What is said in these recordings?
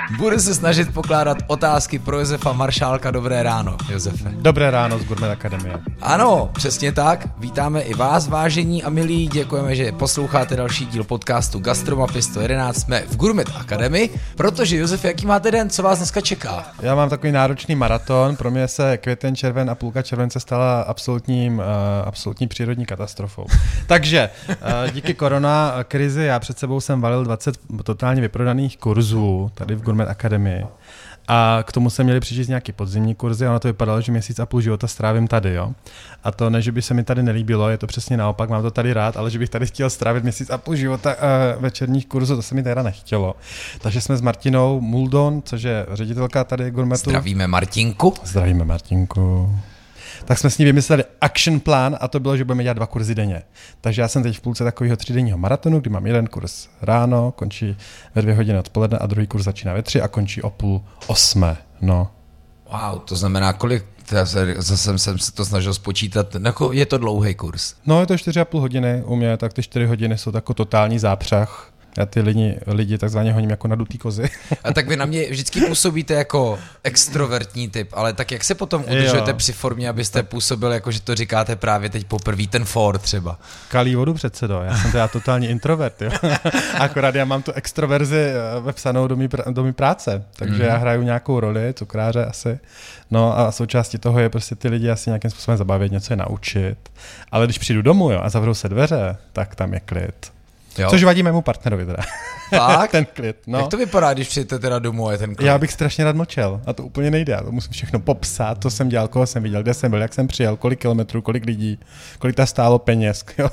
Bude se snažit pokládat otázky pro Josefa Maršálka. Dobré ráno, Josefe. Dobré ráno z Gourmet Akademie. Ano, přesně tak. Vítáme i vás, vážení a milí. Děkujeme, že posloucháte další díl podcastu Gastromapy 111. Jsme v Gourmet Akademii, protože Josef, jaký máte den? Co vás dneska čeká? Já mám takový náročný maraton. Pro mě se květen, červen a půlka července stala absolutní přírodní katastrofou. Takže díky korona krizi já před sebou jsem valil 20 totálně vyprodaných kurzů tady v Gourmet Akademii. A k tomu se měli přičíst nějaký podzimní kurzy a ono to vypadalo, že měsíc a půl života strávím tady, jo. A to ne, že by se mi tady nelíbilo, je to přesně naopak, mám to tady rád, ale že bych tady chtěl strávit měsíc a půl života večerních kurzů, to se mi teda nechtělo. Takže jsme s Martinou Muldon, což je ředitelka tady Gourmetu. Zdravíme Martinku. Zdravíme Martinku. Tak jsme s ní vymysleli action plán a to bylo, že budeme dělat 2 kurzy denně. Takže já jsem teď v půlce takového 3denního maratonu, kdy mám jeden kurz ráno, končí ve 2 hodiny odpoledne a druhý kurz začíná ve 3 a končí o 7:30. No. Wow, to znamená, kolik, zase jsem se to snažil spočítat, je to dlouhý kurz? No, je to 4,5 hodiny u mě, tak ty 4 hodiny jsou jako totální zápřah. Já ty lidi takzvaně honím jako nadutý kozy. A tak vy na mě vždycky působíte jako extrovertní typ, ale tak jak se potom udržujete při formě, abyste působil jako, že to říkáte právě teď poprvé, ten for třeba? Kalí vodu předsedo, já jsem teda totální introvert, jo. Akorát já mám tu extroverzi vepsanou do mý práce, takže já hraju nějakou roli, cukráře asi, no a součástí toho je prostě ty lidi asi nějakým způsobem zabavit, něco je naučit, ale když přijdu domů, jo, a zavřou se dveře, tak tam je klid. Jo. Což vadí mému partnerovi teda. Tak? Ten klid, no. Jak to vypadá, když přijete teda domů a je ten klid? Já bych strašně rád mlčel a to úplně nejde. Já to musím všechno popsat, co jsem dělal, koho jsem viděl, kde jsem byl, jak jsem přijel, kolik kilometrů, kolik lidí, kolik to stálo peněz. Jo.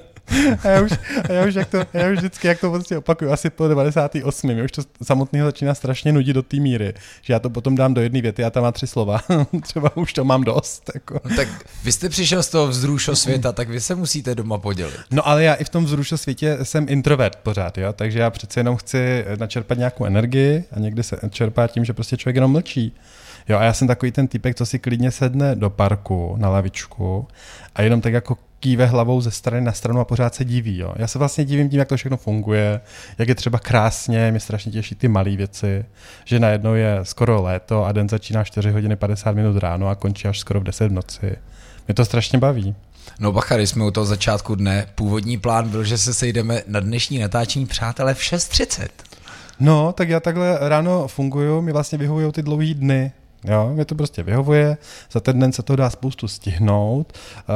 A já už vždycky, jak to prostě opakuju, asi po 98. Mě už to samotného začíná strašně nudit do té míry, že já to potom dám do jedné věty a tam má 3 slova. Třeba už to mám dost. Jako. No tak vy jste přišel z toho vzrušo světa, tak vy se musíte doma podělit. No ale já i v tom vzrušo světě jsem introvert pořád, jo, takže já přece jenom chci načerpat nějakou energii a někdy se čerpá tím, že prostě člověk jenom mlčí. Jo, a já jsem takový ten typek, co si klidně sedne do parku na lavičku a jenom tak jako kýve hlavou ze strany na stranu a pořád se diví. Jo. Já se vlastně divím tím, jak to všechno funguje, jak je třeba krásně, mě strašně těší ty malé věci, že najednou je skoro léto a den začíná 4 hodiny 50 minut ráno a končí až skoro v 10 v noci. Mě to strašně baví. No bacha, když jsme u toho začátku dne, původní plán byl, že se sejdeme na dnešní natáčení Přátelé v 6:30. No, tak já takhle ráno funguju, mi vlastně vyhovují ty dlouhý dny. Jo, mě to prostě vyhovuje, za ten den se to dá spoustu stihnout,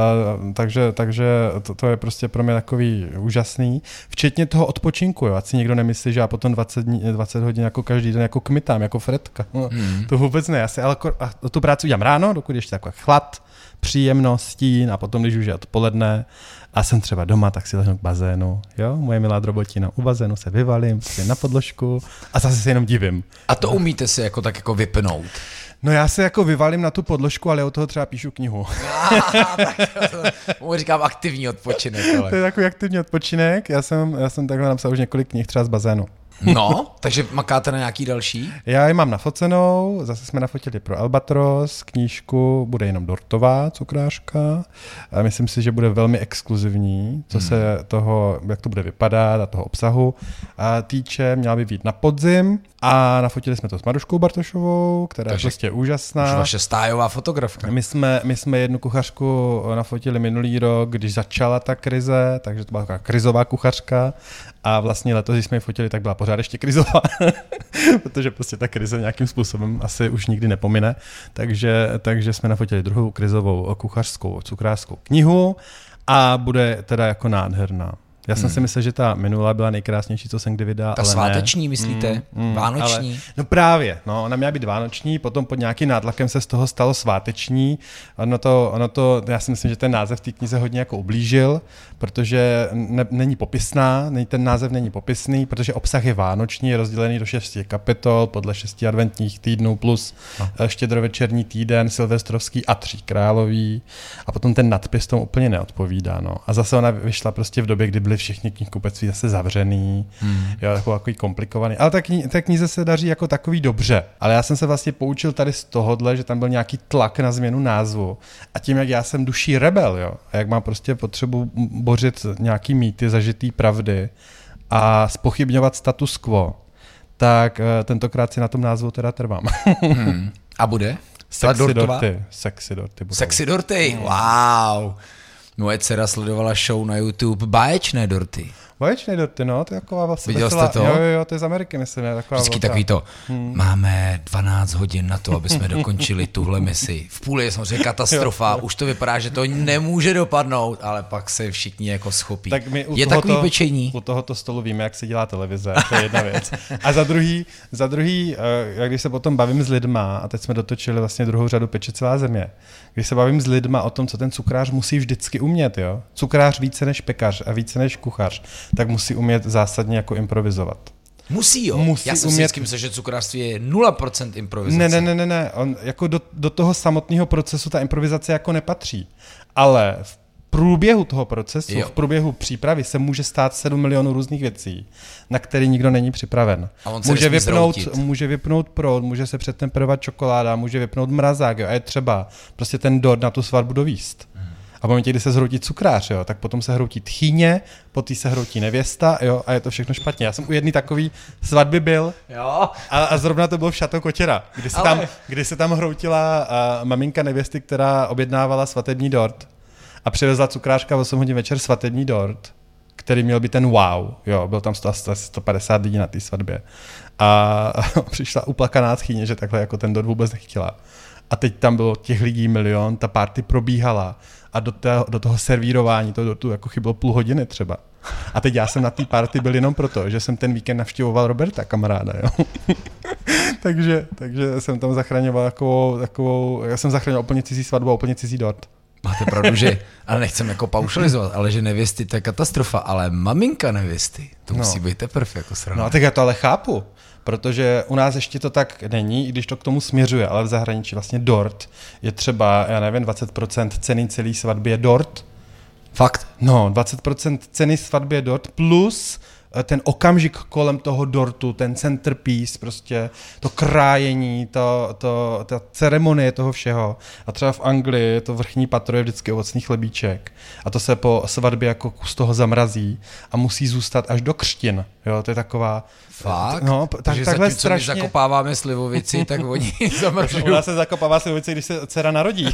takže to je prostě pro mě takový úžasný, včetně toho odpočinku, jo, ať si někdo nemyslí, že já potom 20 hodin jako každý den jako kmitám, jako Fredka, to vůbec ne, já si ale tu práci udělám ráno, dokud ještě takový chlad, příjemnost, stín a potom, když už je odpoledne a jsem třeba doma, tak si lehnu k bazénu, jo, moje milá drobotina, u bazénu se vyvalím, si na podložku a zase se jenom divím. A to umíte si jako tak jako vypnout? No já se jako vyvalím na tu podložku, ale od toho třeba píšu knihu. Tak mu říkám aktivní odpočinek. Ale. To je takový aktivní odpočinek, já jsem takhle napsal už několik knih třeba z bazénu. No, takže makáte na nějaký další? Já ji mám nafocenou, zase jsme nafotili pro Albatros, knížku, bude jenom dortová cukrářka. A myslím si, že bude velmi exkluzivní, co se toho, jak to bude vypadat a toho obsahu a týče, měla by být na podzim a nafotili jsme to s Maruškou Bartošovou, která je prostě úžasná. Už vaše stájová fotografka. My jsme jednu kuchařku nafotili minulý rok, když začala ta krize, takže to byla taková krizová kuchařka. A vlastně letos, když jsme ji fotili, tak byla pořád ještě krizová, protože prostě ta krize nějakým způsobem asi už nikdy nepomine. Takže jsme nafotili druhou krizovou kuchařskou cukrářskou knihu a bude teda jako nádherná. Já jsem si myslel, že ta minulá byla nejkrásnější, co jsem kdy vydal, ta ale sváteční, ne. myslíte? Vánoční? Ale, no právě, no, ona měla být vánoční, potom pod nějakým nátlakem se z toho stalo sváteční. Ono to, já si myslím, že ten název té knize hodně jako ublížil, protože není popisná, ten název není popisný, protože obsah je vánoční, je rozdělený do 6 kapitol podle 6 adventních týdnů plus štědrovečerní týden, silvestrovský a 3 králový a potom ten nadpis tomu úplně neodpovídá. No. A zase ona vyšla prostě v době, kdy byly všichni knihkupectví zase zavřený, jo, takový komplikovaný. Ale té knize se daří jako takový dobře. Ale já jsem se vlastně poučil tady z tohohle, že tam byl nějaký tlak na změnu názvu. A tím, jak já jsem duší rebel, jo, a jak mám prostě potřebu bořit nějaký mýty, zažitý pravdy a zpochybňovat status quo, tak tentokrát si na tom názvu teda trvám. A bude? Sexy dorty. Sexy dorty budou. Sexy dorty, wow. Moje dcera sledovala show na YouTube Báječné dorty. Báječné dorty, no, to je taková vlastně viděl jste to? Jo, to je z Ameriky, myslím. Je taková vždycky takový to, máme 12 hodin na to, aby jsme dokončili tuhle misi. V půli je samozřejmě katastrofa, už to vypadá, že to nemůže dopadnout, ale pak se všichni jako schopí. Tak my je takový pečení. U tohoto stolu víme, jak se dělá televize, to je jedna věc. A za druhý, když se potom bavím s lidma, a teď jsme dotočili vlastně druhou řadu Peče celá země, když se bavím s lidma o tom, co ten cukrář musí vždycky umět, jo? Cukrář více než pekař a více než kuchař, tak musí umět zásadně jako improvizovat. Musí, jo? Já jsem si vždycky myslel, že cukrářství je 0% improvizace. Ne. On jako do toho samotného procesu ta improvizace jako nepatří. Ale v průběhu toho procesu, v průběhu přípravy se může stát 7 milionů různých věcí, na který nikdo není připraven. A on se může vypnout proud, může se předtemperovat čokoláda, může vypnout mrazák, jo? A je třeba prostě ten dort na tu svatbu dovíst. A v momentě, kdy se zhroutí cukrář, jo, tak potom se hroutí tchýně, poté se hroutí nevěsta, jo, a je to všechno špatně. Já jsem u jedné takové svatby byl, jo. A zrovna to bylo v Chateau Kotěra, kdy se tam hroutila maminka nevěsty, která objednávala svatební dort a přivezla cukrářka v 8 hodin večer svatební dort, který měl být ten wow, jo, byl tam 150 lidí na té svatbě. A přišla uplakaná tchýně, že takhle jako ten dort vůbec nechtěla. A teď tam bylo těch lidí milion, ta party probíhala a do toho servírování toho dortu jako chybilo půl hodiny třeba. A teď já jsem na té party byl jenom proto, že jsem ten víkend navštěvoval Roberta, kamaráda, jo. takže jsem tam zachraňoval já jsem zachraňoval úplně cizí svatbu a úplně cizí dort. Máte pravdu, že, ale nechcem jako paušalizovat, ale že nevěsty, to je katastrofa, ale maminka nevěsty, to musí být teprve jako sranda. No tak já to ale chápu, protože u nás ještě to tak není, i když to k tomu směřuje, ale v zahraničí vlastně dort je třeba, já nevím, 20% ceny celé svatby je dort. Fakt? No, 20% ceny svatby je dort plus ten okamžik kolem toho dortu, ten centerpiece, prostě to krájení, ta ceremonie toho všeho. A třeba v Anglii to vrchní patro je vždycky ovocný chlebíček. A to se po svatbě jako kus toho zamrazí a musí zůstat až do křtin. Jo, to je taková... Fakt? No, takže takhle zatímco my zakopáváme slivovici, tak oni zamržují. U nás se zakopává slivovici, když se dcera narodí.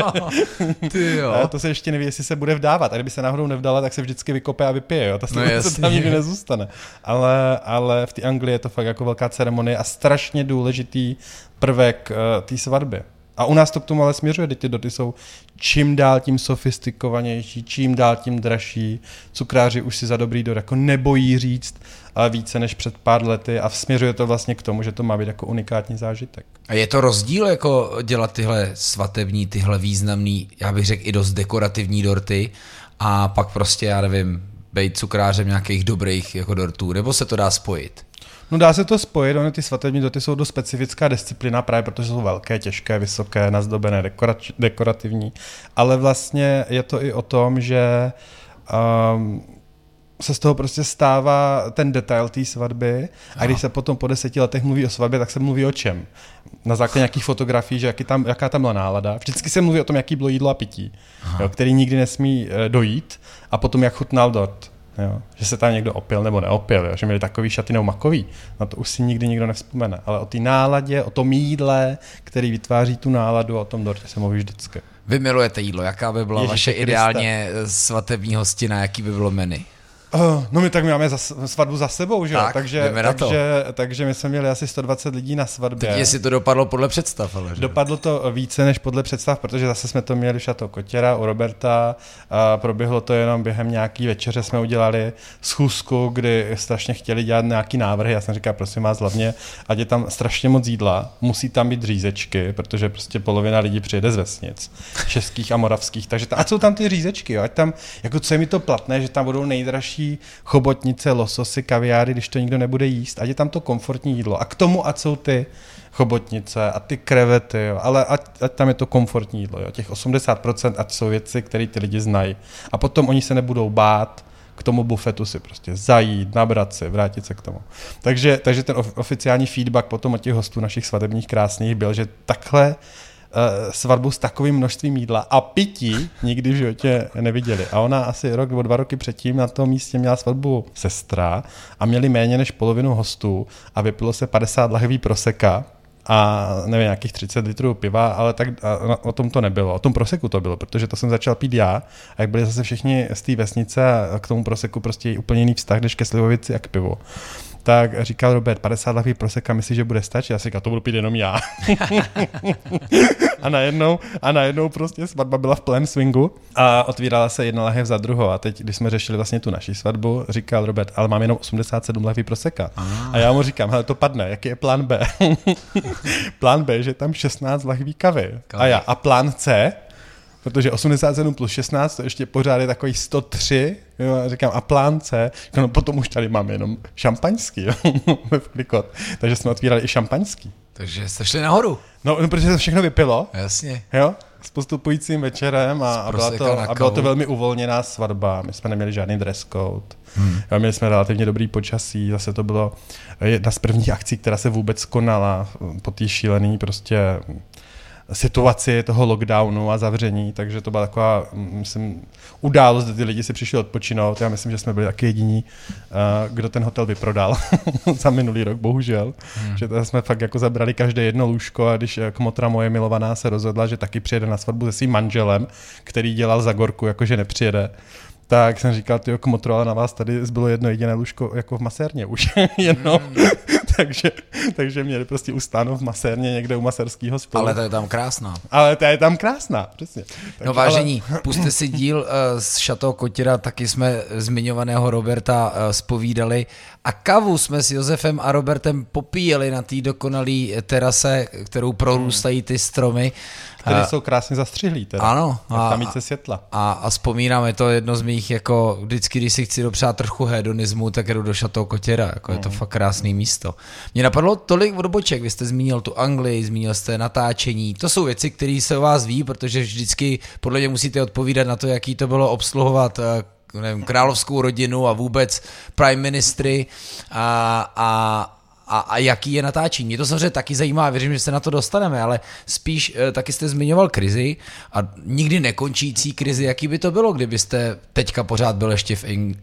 Ty jo. A to se ještě neví, jestli se bude vdávat. A kdyby se náhodou nevdala, tak se vždycky vykope a vypije. Jo? Ta slivovice tam nikdy nezůstane. Ale v té Anglii je to fakt jako velká ceremonie a strašně důležitý prvek té svatby. A u nás to k tomu ale směřuje, ty dorty jsou čím dál tím sofistikovanější, čím dál tím dražší. Cukráři už si za dobrý dort jako nebojí říct více než před pár lety a směřuje to vlastně k tomu, že to má být jako unikátní zážitek. A je to rozdíl jako dělat tyhle svatební, tyhle významný, já bych řekl i dost dekorativní dorty a pak prostě, já nevím, bejt cukrářem nějakých dobrých jako dortů, nebo se to dá spojit? No dá se to spojit, ony ty svatební dorty jsou dost specifická disciplína právě protože jsou velké, těžké, vysoké, nazdobené, dekorativní, ale vlastně je to i o tom, že se z toho prostě stává ten detail té svatby a když se potom po 10 letech mluví o svatbě, tak se mluví o čem? Na základě nějakých fotografií, že jaká tam byla nálada. Vždycky se mluví o tom, jaký bylo jídlo a pití, jo, který nikdy nesmí dojít a potom jak chutnal dort. Jo, že se tam někdo opil nebo neopil, jo, že měli takový šaty nebo makový, na to už si nikdy nikdo nevzpomene, ale o té náladě, o tom jídle, který vytváří tu náladu a o tom dortě se mluví vždycky. Vy milujete jídlo, jaká by byla vaše ideálně svatební hostina, jaký by bylo menu? No my máme svatbu za sebou, že jo? Tak, takže my jsme měli asi 120 lidí na svatbě. Teď jestli to dopadlo podle představ, ale že? Dopadlo to více než podle představ, protože zase jsme to měli v Chateau Kotěra u Roberta a proběhlo to jenom během nějaký večeře, jsme udělali schůzku, kdy strašně chtěli dělat nějaký návrhy. Já jsem říkal, prosím vás, hlavně, ať je tam strašně moc jídla, musí tam být řízečky, protože prostě polovina lidí přijede z vesnic, českých a moravských, takže ať jsou tam ty řízečky, jo? Ať tam, jako co je mi to platné, že tam budou nejdražší chobotnice, lososy, kaviáry, když to nikdo nebude jíst, ať je tam to komfortní jídlo. A k tomu, ať jsou ty chobotnice a ty krevety, jo, ale ať tam je to komfortní jídlo. Jo. Těch 80%, ať jsou věci, které ty lidi znají. A potom oni se nebudou bát k tomu bufetu si prostě zajít, nabrat si, vrátit se k tomu. Takže ten oficiální feedback potom od těch hostů našich svatebních krásných byl, že takhle svatbu s takovým množstvím jídla a pití nikdy v životě neviděli. A ona asi rok nebo 2 roky předtím na tom místě měla svatbu sestra a měli méně než polovinu hostů a vypilo se 50 lahví proseka a nevím, nějakých 30 litrů piva, ale tak o tom to nebylo. O tom proseku to bylo, protože to jsem začal pít já a jak byli zase všichni z té vesnice a k tomu proseku prostě úplně jiný vztah, než ke slivovici a k pivu. Tak říkal Robert, 50 lahví proseka, myslíš, že bude stačit? Já si říkal, to budu pít jenom já. a najednou prostě svatba byla v plném swingu a otvírala se jedna lahev za druhou. A teď, když jsme řešili vlastně tu naši svatbu, říkal Robert, ale mám jenom 87 lahví proseka. A já mu říkám, hele, to padne, jaký je plán B? Plán B, že tam 16 lahví kavy. A plán C? Protože 87 plus 16, to ještě pořád je takový 103, jo, a říkám, a plán C, no potom už tady máme jenom šampaňský, jo, takže jsme otvírali i šampaňský. Takže jste šli nahoru. No, protože se všechno vypilo. Jasně. Jo, s postupujícím večerem a byla to velmi uvolněná svatba, my jsme neměli žádný dress code, jo, měli jsme relativně dobrý počasí, zase to bylo jedna z prvních akcí, která se vůbec konala po té šílený prostě situaci toho lockdownu a zavření, takže to byla taková, myslím, událost, kde ty lidi si přišli odpočinout. Já myslím, že jsme byli taky jediní, kdo ten hotel vyprodal za minulý rok, bohužel. Že to jsme fakt jako zabrali každé jedno lůžko a když kmotra moje milovaná se rozhodla, že taky přijede na svatbu se svým manželem, který dělal za gorku, jakože nepřijede, tak jsem říkal, tyjo, kmotro, ale na vás tady zbylo jedno jediné lůžko jako v masérně už jenom. takže měli prostě ustánout v masérně někde u maserského stolu. Ale to je tam krásná. Přesně. No vážení, puste si díl z Chateau Cotěra, taky jsme zmiňovaného Roberta zpovídali a kavu jsme s Josefem a Robertem popíjeli na té dokonalé terase, kterou prorůstají ty stromy. Které jsou krásně zastřihlý teda. Ano. Tam více světla. A vzpomínám, je to jedno z mých, jako vždycky, když si chci dopřát trochu hedonismu, tak jdu do Chateau Cotěra, jako je to fakt krásný místo. Mě napadlo tolik odboček, vy jste zmínil tu Anglii, zmínil jste natáčení, to jsou věci, které se o vás ví, protože vždycky podle mě musíte odpovídat na to, jaký to bylo obsluhovat nevím, královskou rodinu a vůbec prime ministry a jaký je natáčení. Mě to samozřejmě taky zajímá, věřím, že se na to dostaneme, ale spíš taky jste zmiňoval krizi a nikdy nekončící krizi. Jaký by to bylo, kdybyste teďka pořád byl ještě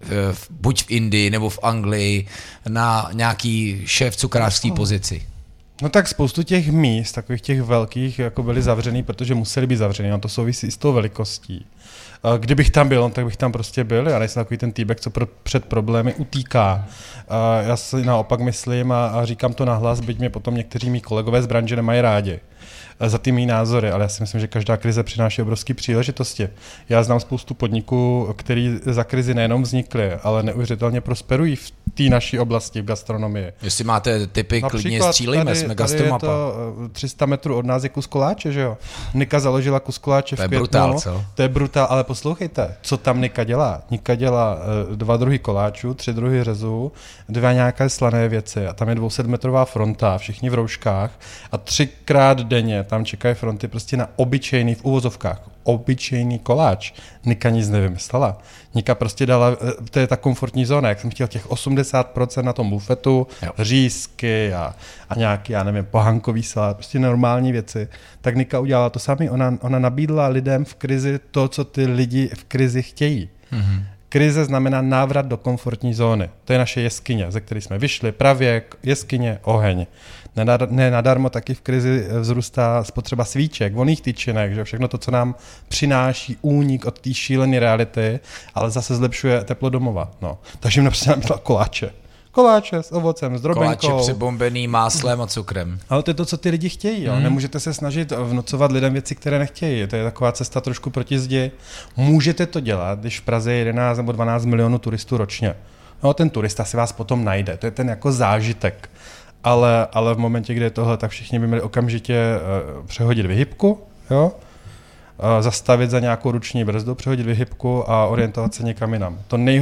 buď v Indii nebo v Anglii na nějaký šéf cukrářský pozici? No tak spoustu těch míst, takových těch velkých, jako byly zavřený, protože museli být zavřený, a to souvisí s tou velikostí. Kdybych tam byl, tak bych tam prostě byl, já nejsem takový ten týbek, co před problémy utíká. Já si naopak myslím a říkám to nahlas, byť mě potom někteří mý kolegové z branže nemají rádi za ty mý názory, ale já si myslím, že každá krize přináší obrovské příležitosti. Já znám spoustu podniků, který za krizi nejenom vznikly, ale neuvěřitelně prosperují v té naší oblasti, v gastronomii. Jestli máte tipy, klidně střílejme, jsme Gastromapa. Tady je to 300 metrů od nás je Kus koláče, že jo? Nika založila Kus koláče v květnu. To je brutál, co? To je brutál, ale poslouchejte, co tam Nika dělá? Nika dělá 2 druhy koláčů, 3 druhy řezů, 2 nějaké slané věci a tam je 200metrová fronta, všichni v rouškách a 3krát denně tam čekají fronty prostě na obyčejný, v uvozovkách, obyčejný koláč. Nika nic nevymyslela. Nika prostě dala, to je ta komfortní zóna, jak jsem chtěl těch 80% na tom bufetu, jo. Řízky a nějaký, já nevím, pohankový salát, prostě normální věci. Tak Nika udělala to samé, ona nabídla lidem v krizi to, co ty lidi v krizi chtějí. Mm-hmm. Krize znamená návrat do komfortní zóny. To je naše jeskyně, ze které jsme vyšli, pravěk, jeskyně, oheň. Nenadarmo taky v krizi vzrůstá spotřeba svíček, vonných tyčinek, že všechno to, co nám přináší únik od té šílené reality, ale zase zlepšuje teplo domova. No. Takže jim prostě nabídla koláče. Koláče s ovocem, s drobenkou. Koláče přebombený máslem a cukrem. Ale to je to, co ty lidi chtějí. Jo? Nemůžete se snažit vnucovat lidem věci, které nechtějí. To je taková cesta trošku proti zdi. Můžete to dělat, když v Praze je 11 nebo 12 milionů turistů ročně. No, ten turista si vás potom najde. To je ten jako zážitek. Ale v momentě, kdy je tohle, tak všichni by měli okamžitě přehodit vyhybku, jo? Zastavit za nějakou ruční brzdu, přehodit vyhybku a orientovat se někam jinam.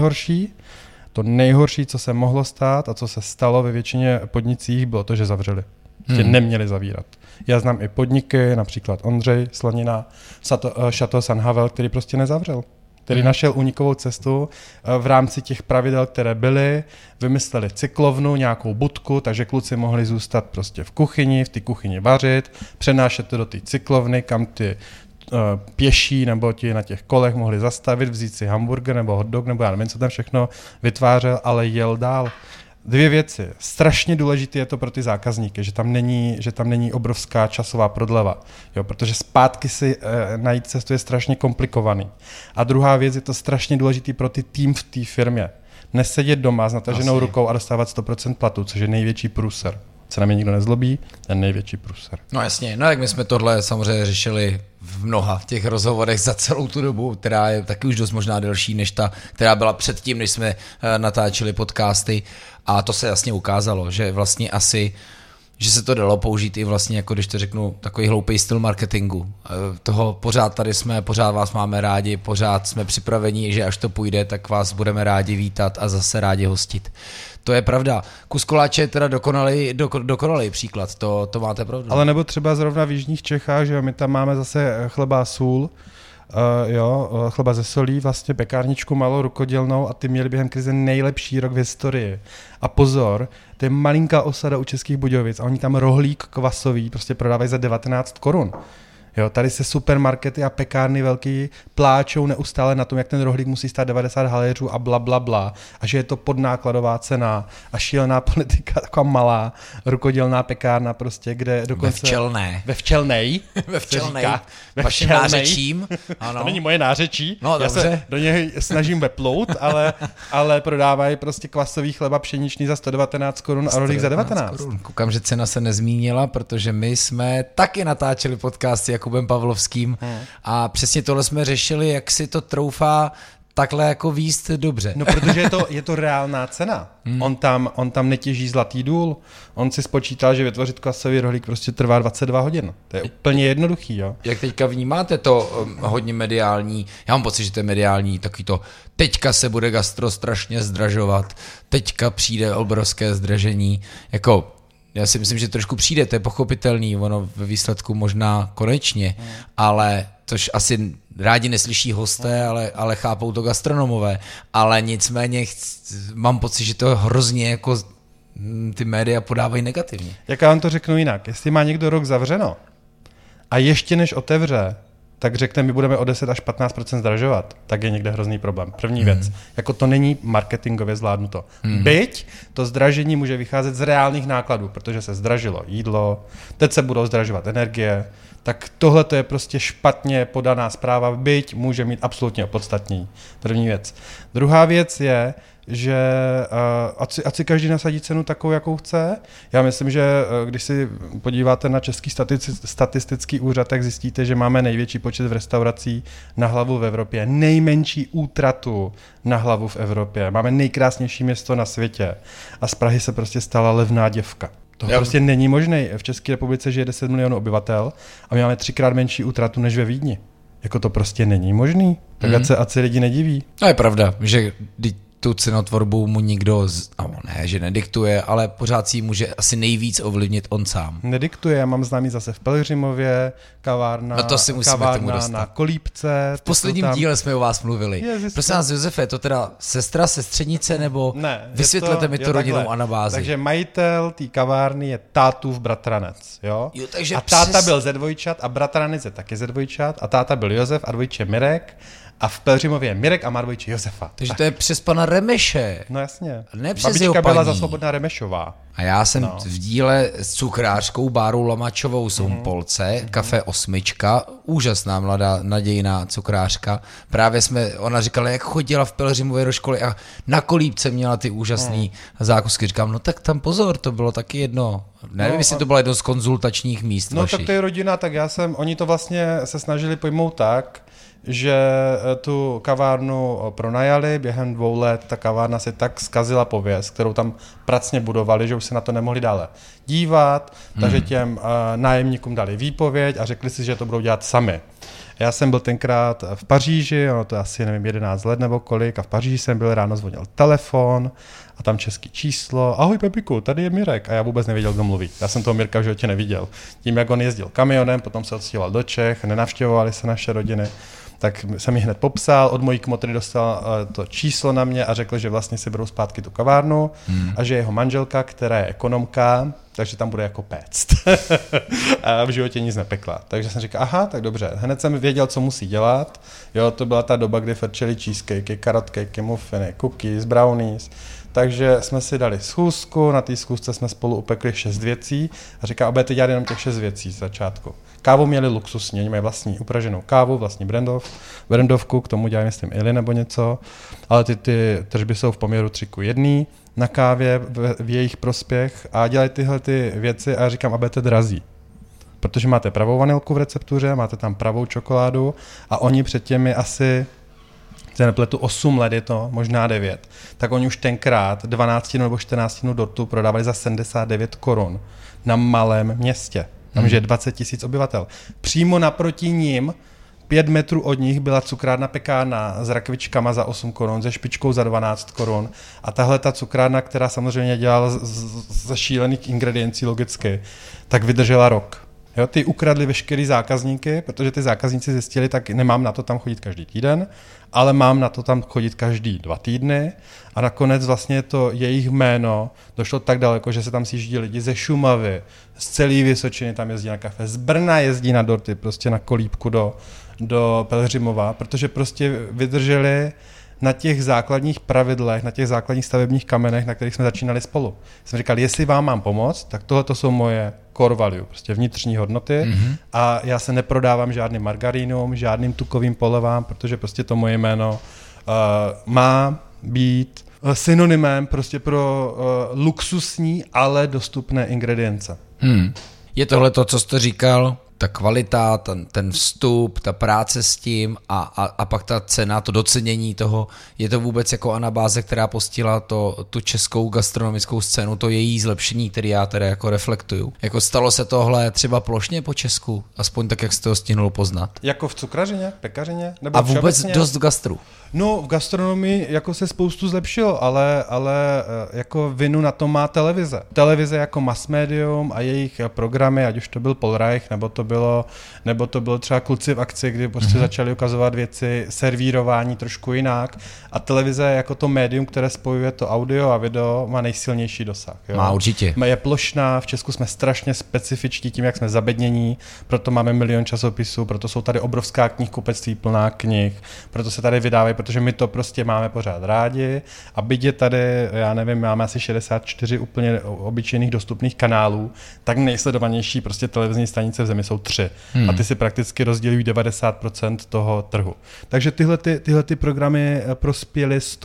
To nejhorší, co se mohlo stát a co se stalo ve většině podnicích, bylo to, že zavřeli. Neměli zavírat. Já znám i podniky, například Ondřej Slanina, Chateau St. Havel, který prostě nezavřel. který našel únikovou cestu v rámci těch pravidel, které byly, vymysleli cyklovnu, nějakou budku, takže kluci mohli zůstat prostě v kuchyni, v té kuchyni vařit, přenášet to do té cyklovny, kam ty pěší nebo ti na těch kolech mohli zastavit, vzít si hamburger nebo hot dog, nebo já nevím, co tam všechno vytvářel, ale jel dál. 2 věci. Strašně důležité je to pro ty zákazníky, že tam není obrovská časová prodleva, jo, protože zpátky si najít cestu je strašně komplikovaný. A druhá věc, je to strašně důležitý pro ty tým v té firmě. Nesedět doma s nataženou rukou a dostávat 100% platu, což je největší průser. Se na mě nikdo nezlobí, ten největší průser. No jasně, no jak my jsme tohle samozřejmě řešili v mnoha těch rozhovorech za celou tu dobu, která je taky už dost možná delší než ta, která byla předtím, než jsme natáčeli podcasty, a to se jasně ukázalo, že vlastně asi, že se to dalo použít i vlastně, jako když to řeknu, takový hloupý styl marketingu. Toho pořád tady jsme, pořád vás máme rádi, pořád jsme připraveni, že až to půjde, tak vás budeme rádi vítat a zase rádi hostit. To je pravda. Kus koláče je teda dokonalý příklad, to máte pravdu. Ale nebo třeba zrovna v jižních Čechách, že my tam máme zase chleba a sůl, chleba ze solí, vlastně pekárničku malou rukodělnou, a ty měli během krize nejlepší rok v historii. A pozor, to je malinká osada u Českých Budějovic a oni tam rohlík kvasový prostě prodávají za 19 korun. Jo, tady se supermarkety a pekárny velký pláčou neustále na tom, jak ten rohlík musí stát 90 haléřů a bla, bla, bla. A že je to podnákladová cena a šílená politika, taková malá rukodělná pekárna prostě, kde dokonce... Ve Včelnej. Vaším nářečím. Ano. To není moje nářečí. No, já se do něj snažím veplout, ale prodávají prostě kvasový chleba pšeničný za 119 korun a rohlík za 19. Korun. Koukám, že cena se nezmínila, protože my jsme taky natáčeli podcasty Jakubem Pavlovským a přesně tohle jsme řešili, jak si to troufá takhle jako výst dobře. No, protože je to reálná cena. On tam netěží zlatý důl. On si spočítal, že vytvořit kvasový rohlík prostě trvá 22 hodin. To je úplně jednoduchý, jo. Jak teďka vnímáte to hodně mediální? Já mám pocit, že to je mediální, takový to teďka se bude gastro strašně zdražovat, teďka přijde obrovské zdražení, jako já si myslím, že trošku přijde, to je pochopitelný, ono ve výsledku možná konečně, ale což asi rádi neslyší hosté, ale chápou to gastronomové, ale nicméně mám pocit, že to hrozně jako ty média podávají negativně. Jak já vám to řeknu jinak, jestli má někdo rok zavřeno a ještě než otevře, tak řekne, my budeme o 10 až 15% zdražovat, tak je někde hrozný problém. První věc, jako to není marketingově zvládnuto. Byť to zdražení může vycházet z reálných nákladů, protože se zdražilo jídlo, teď se budou zdražovat energie, tak tohle to je prostě špatně podaná zpráva, byť může mít absolutně opodstatnění. První věc. Druhá věc je, že ať si každý nasadí cenu takovou, jakou chce. Já myslím, že když si podíváte na Český statistický úřad, tak zjistíte, že máme největší počet v restaurací na hlavu v Evropě, nejmenší útratu na hlavu v Evropě. Máme nejkrásnější město na světě a z Prahy se prostě stala levná děvka. To prostě není možné. V České republice žije 10 milionů obyvatel a my máme 3x menší útratu než ve Vídni. Jako to prostě není možný. Tak ať se lidi nediví. No je pravda, že tu cenotvorbu mu nikdo, ne, že nediktuje, ale pořád si může asi nejvíc ovlivnit on sám. Nediktuje, já mám známý zase v Pelhřimově, kavárna, no to si kavárna na Kolípce. V posledním díle jsme o vás mluvili. Prosím vás, Josefe, to teda sestra, sestřenice, nebo ne, vysvětlete mi to rodinou anabázi. Takže majitel té kavárny je tátův bratranec, jo? Takže a táta byl ze dvojčat a bratranec je taky ze dvojčat a táta byl Josef a dvojče Mirek. A v Pelhřimově je Mirek a má dvojče Josefa. Takže to je přes pana Remeše. No jasně. Ne přes babička jeho paní. byla za Svobodná Remešová. A já jsem v díle s cukrářkou Bárou Lamačovou Sompolce, kafe Osmička, úžasná mladá nadějná cukrářka. Právě ona říkala, jak chodila v Pelhřimově do školy a na Kolípce měla ty úžasné zákusky. Říkám, no tak tam pozor, to bylo taky jedno. Nevím, jestli to bylo jedno z konzultačních míst vašich. Tak to je rodina, tak oni to vlastně se snažili pojmout tak, že tu kavárnu pronajali, během 2 let ta kavárna se tak zkazila pověst, kterou tam pracně budovali, že už se na to nemohli dále dívat, takže těm nájemníkům dali výpověď a řekli si, že to budou dělat sami. Já jsem byl tenkrát v Paříži, ono to asi nevím 11 let nebo kolik, a v Paříži jsem byl, ráno zvonil telefon a tam český číslo. Ahoj Pepiku, tady je Mirek. A já vůbec nevěděl, kdo mluví. Já jsem toho Mirka v životě neviděl. Tím, jak on jezdil kamionem, potom se odstěhoval do Čech, nenavštěvovali se naše rodiny. tak jsem mi hned popsal, od mojí kmotry dostal to číslo na mě a řekl, že vlastně si berou zpátky tu kavárnu a že jeho manželka, která je ekonomka, takže tam bude jako péct. A v životě nic nepekla. Takže jsem říkal, aha, tak dobře. Hned jsem věděl, co musí dělat. Jo, to byla ta doba, kdy frčeli cheesecakey, carrot cakey, muffiny, cookies, brownies. Takže jsme si dali schůzku, na té schůzce jsme spolu upekli 6 věcí a říká, budete dělat jenom těch 6 věcí z začátku. Kávu měli luxusně, oni mají vlastní upraženou kávu, vlastní brandovku, k tomu dělají, myslím, Ili nebo něco, ale ty tržby jsou v poměru 3:1 na kávě v jejich prospěch a dělají tyhle ty věci a já říkám, a budete drazí. Protože máte pravou vanilku v receptuře, máte tam pravou čokoládu a oni před těmi asi se nepletu 8 let je to, možná 9, tak oni už tenkrát 12 nebo 14 dortu prodávali za 79 korun na malém městě. Tam je 20 000 obyvatel. Přímo naproti ním, 5 metrů od nich, byla cukrárna pekárna s rakvičkama za 8 korun, se špičkou za 12 korun. A tahle ta cukrárna, která samozřejmě dělala ze šílených ingrediencí logicky, tak vydržela rok. Jo, ty ukradli veškerý zákazníky, protože ty zákazníci zjistili, tak nemám na to tam chodit každý týden, ale mám na to tam chodit každý 2 týdny a nakonec vlastně to jejich jméno došlo tak daleko, že se tam sjíždí lidi ze Šumavy, z celé Vysočiny tam jezdí na kafe, z Brna jezdí na dorty, prostě na kolíbku do Pelhřimova, protože prostě vydrželi na těch základních pravidlech, na těch základních stavebních kamenech, na kterých jsme začínali spolu. Jsem říkal, jestli vám mám pomoct, tak tohle to jsou moje core value, prostě vnitřní hodnoty a já se neprodávám žádným margarínům, žádným tukovým polevám, protože prostě to moje jméno má být synonymem prostě pro luxusní, ale dostupné ingredience. Je tohle to, co jste říkal, ta kvalita, ten vstup, ta práce s tím a pak ta cena, to docenění toho, je to vůbec jako anabáze, která postihla tu českou gastronomickou scénu, to její zlepšení, který já teda jako reflektuju. Jako stalo se tohle třeba plošně po Česku, aspoň tak, jak jste ho stihnul poznat. Jako v cukrařině, pekařině? Nebo a vůbec dost v gastru? No, v gastronomii jako se spoustu zlepšilo, ale jako vinu na to má televize. Televize jako mass medium a jejich programy, ať už to byl Paul Reich, nebo to bylo třeba Kluci v akci, kdy prostě začali ukazovat věci, servírování trošku jinak a televize jako to médium, které spojuje to audio a video, má nejsilnější dosah. Jo? Má určitě. Je plošná, v Česku jsme strašně specifičtí tím, jak jsme zabednění, proto máme milion časopisů, proto jsou tady obrovská knihkupectví plná knih, proto se tady vydávají, protože my to prostě máme pořád rádi a byť je tady, já nevím, máme asi 64 úplně obyčejných dostupných kanálů, tak nejsledovanější prostě televizní stanice v zemi jsou 3 a ty si prakticky rozdělují 90% toho trhu. Takže tyhle programy prospěly s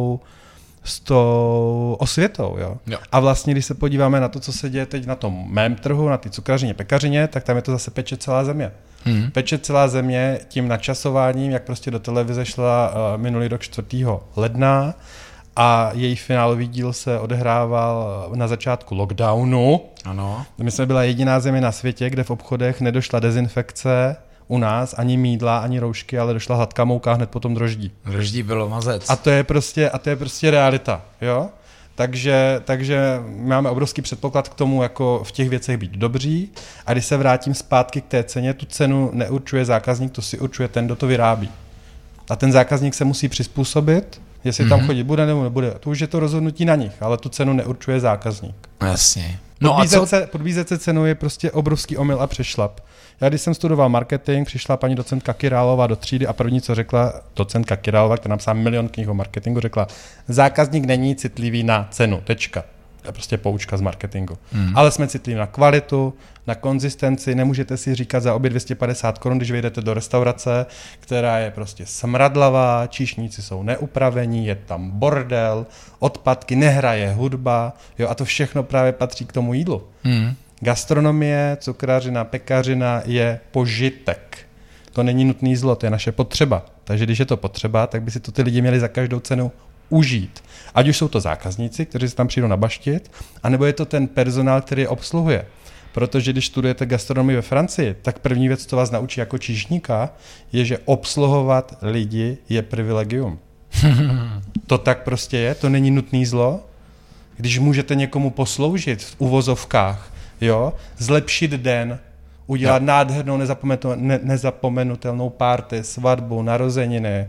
tou osvětou. Jo? A vlastně, když se podíváme na to, co se děje teď na tom mém trhu, na té cukrařině, pekařině, tak tam je to zase peče celá země. Peče celá země tím načasováním, jak prostě do televize šla minulý rok 4. ledna a její finálový díl se odehrával na začátku lockdownu. Ano. My jsme byla jediná země na světě, kde v obchodech nedošla dezinfekce u nás, ani mýdla, ani roušky, ale došla hladká mouka hned potom droždí. Droždí bylo mazec. A to je prostě realita, jo? Takže máme obrovský předpoklad k tomu, jako v těch věcech být dobří a když se vrátím zpátky k té ceně, tu cenu neurčuje zákazník, to si určuje ten, kdo to vyrábí. A ten zákazník se musí přizpůsobit, jestli tam chodit bude nebo nebude. To už je to rozhodnutí na nich, ale tu cenu neurčuje zákazník. Jasně. Podbízet se cenou je prostě obrovský omyl a přešlap. Já když jsem studoval marketing, přišla paní docentka Királová do třídy a první, co řekla docentka Királová, která napsala milion knih o marketingu, řekla, zákazník není citlivý na cenu, tečka. To je prostě poučka z marketingu. Ale jsme citliví na kvalitu, na konzistenci, nemůžete si říkat za oběd 250 korun, když vejdete do restaurace, která je prostě smradlavá, číšníci jsou neupravení, je tam bordel, odpadky, nehraje hudba, jo, a to všechno právě patří k tomu jídlu. Gastronomie, cukrařina, pekařina je požitek. To není nutný zlo, to je naše potřeba. Takže když je to potřeba, tak by si to ty lidi měli za každou cenu užít. Ať už jsou to zákazníci, kteří se tam přijdou nabaštit, anebo je to ten personál, který je obsluhuje. Protože když studujete gastronomii ve Francii, tak první věc, co vás naučí jako číšníka, je, že obsluhovat lidi je privilegium. To tak prostě je, to není nutný zlo. Když můžete někomu posloužit v uvozovkách, jo, zlepšit den, udělat nádhernou nezapomenutelnou party, svatbu, narozeniny,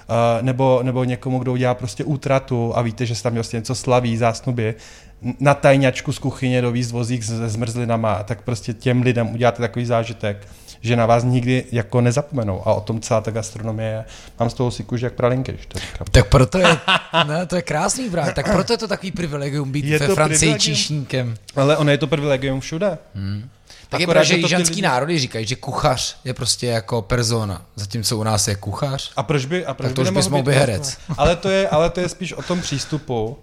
nebo někomu, kdo udělá prostě útratu a víte, že se tam vlastně něco slaví, zásnuby, na tajňačku z kuchyně dovízt vozík se zmrzlinama, tak prostě těm lidem uděláte takový zážitek, že na vás nikdy jako nezapomenou. A o tom celá ta gastronomie je. Mám z toho si kůži jak pralinky, když to říkám. Tak proto je, no, to je krásný právě, tak proto je to takový privilegium být ve Francii číšníkem. Ale ono je to privilegium všude. Tak je pravda, že jižanský národy říkají, že kuchař je prostě jako persona, zatímco u nás je kuchař. A proč tak to už bys mohl být herec. Ale to je spíš o tom přístupu,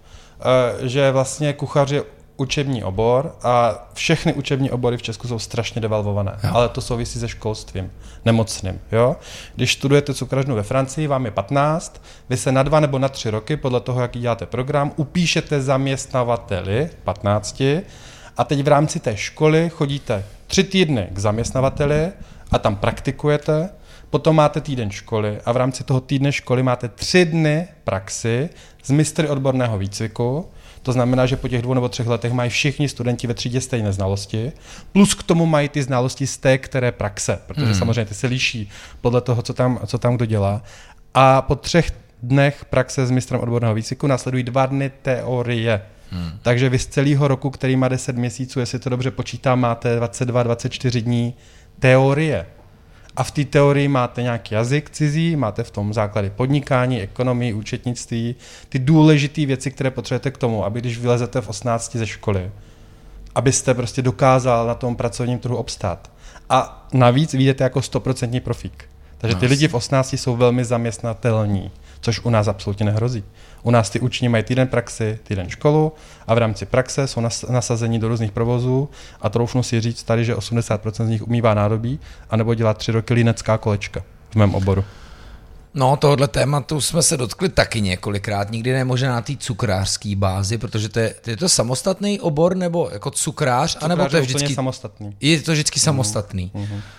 že vlastně kuchař je učební obor a všechny učební obory v Česku jsou strašně devalvované, ale to souvisí se školstvím nemocným. Jo? Když studujete cukrařnu ve Francii, vám je 15, vy se na 2 nebo na 3 roky, podle toho, jaký děláte program, upíšete zaměstnavateli 15 a teď v rámci té školy chodíte 3 týdny k zaměstnavateli a tam praktikujete, potom máte týden školy a v rámci toho týdne školy máte 3 dny praxi z mistry odborného výcviku. To znamená, že po těch 2 nebo 3 letech mají všichni studenti ve třídě stejné znalosti, plus k tomu mají ty znalosti z té které praxe, protože samozřejmě ty se liší podle toho, co tam kdo dělá. A po 3 dnech praxe s mistrem odborného výcviku následují 2 dny teorie. Takže vy z celého roku, který má 10 měsíců, jestli to dobře počítám, máte 22-24 dní teorie. A v té teorii máte nějaký jazyk cizí, máte v tom základy podnikání, ekonomii, účetnictví, ty důležité věci, které potřebujete k tomu, aby když vylezete v 18 ze školy, abyste prostě dokázal na tom pracovním trhu obstát. A navíc vyjdete jako 100% profík. Takže ty lidi v 18 jsou velmi zaměstnatelní, což u nás absolutně nehrozí. U nás ty učni mají týden praxi, týden školu a v rámci praxe jsou nasazení do různých provozů a troufnu si říct tady, že 80% z nich umývá nádobí anebo dělá 3 roky línecká kolečka v mém oboru. No, tohle tématu jsme se dotkli taky několikrát, nikdy ne možná na té cukrářské bázi, protože je to samostatný obor nebo jako cukrář, anebo to je vždycky samostatný. Je to vždycky samostatný.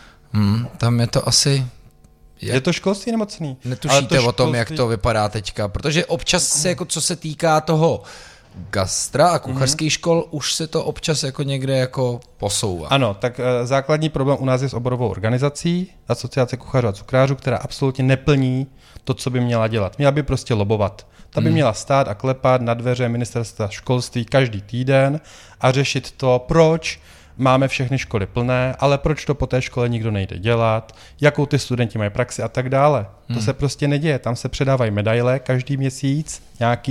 Tam je to asi... Je to školství nemocný. Netušíte o tom, jak to vypadá teďka, protože občas se, jako co se týká toho gastra a kuchařských škol, už se to občas jako někde jako posouvá. Ano, tak základní problém u nás je s oborovou organizací, Asociace kuchařů a cukrářů, která absolutně neplní to, co by měla dělat. Měla by prostě lobovat. Ta by měla stát a klepat na dveře ministerstva školství každý týden a řešit to, proč máme všechny školy plné, ale proč to po té škole nikdo nejde dělat, jakou ty studenti mají praxi a tak dále. To se prostě neděje. Tam se předávají medaile každý měsíc,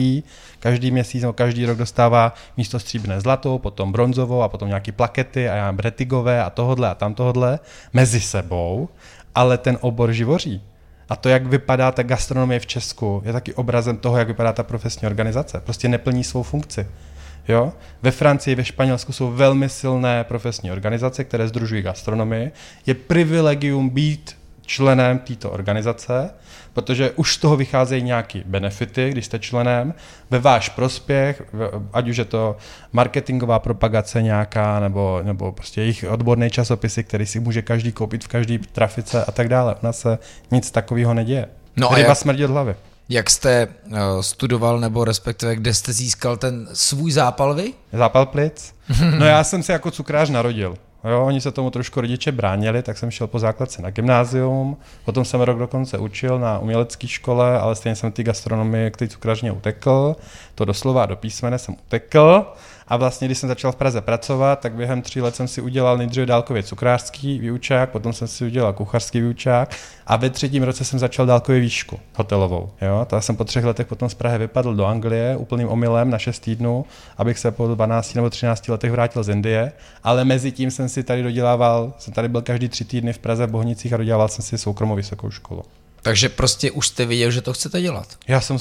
každý měsíc nebo každý rok dostává místo stříbrné zlatou, potom bronzovou a potom nějaký plakety a já retigové a tohodle a tamtohodle mezi sebou, ale ten obor živoří. A to, jak vypadá ta gastronomie v Česku, je taky obrazem toho, jak vypadá ta profesní organizace. Prostě neplní svou funkci. Jo? Ve Francii, ve Španělsku jsou velmi silné profesní organizace, které sdružují gastronomii. Je privilegium být členem této organizace, protože už z toho vycházejí nějaké benefity, když jste členem, ve váš prospěch, ať už je to marketingová propagace nějaká, nebo prostě jejich odborné časopisy, který si může každý koupit v každé trafice a tak dále. U nás se nic takového neděje. No ryba smrdí od hlavy. Jak jste studoval, nebo respektive kde jste získal ten svůj zápal vy? Zápal plic? No já jsem se jako cukrář narodil. Jo, oni se tomu trošku rodiče bránili, tak jsem šel po základce na gymnázium, potom jsem rok dokonce učil na umělecké škole, ale stejně jsem ty gastronomii k té cukrařině utekl, to doslova do písmene jsem utekl a vlastně, když jsem začal v Praze pracovat, tak během 3 let jsem si udělal nejdříve dálkově cukrářský výučák, potom jsem si udělal kuchařský výučák a ve 3. roce jsem začal dálkově výšku hotelovou. Jo? To já jsem po 3 letech potom z Prahy vypadl do Anglie úplným omylem na 6 týdnů, abych se po 12 nebo 13 letech vrátil z Indie, ale mezi tím jsem si tady dodělával, jsem tady byl každý 3 týdny v Praze v Bohnicích a dodělával jsem si soukromou vysokou školu. Takže prostě už jste věděl, že to chcete dělat? Já jsem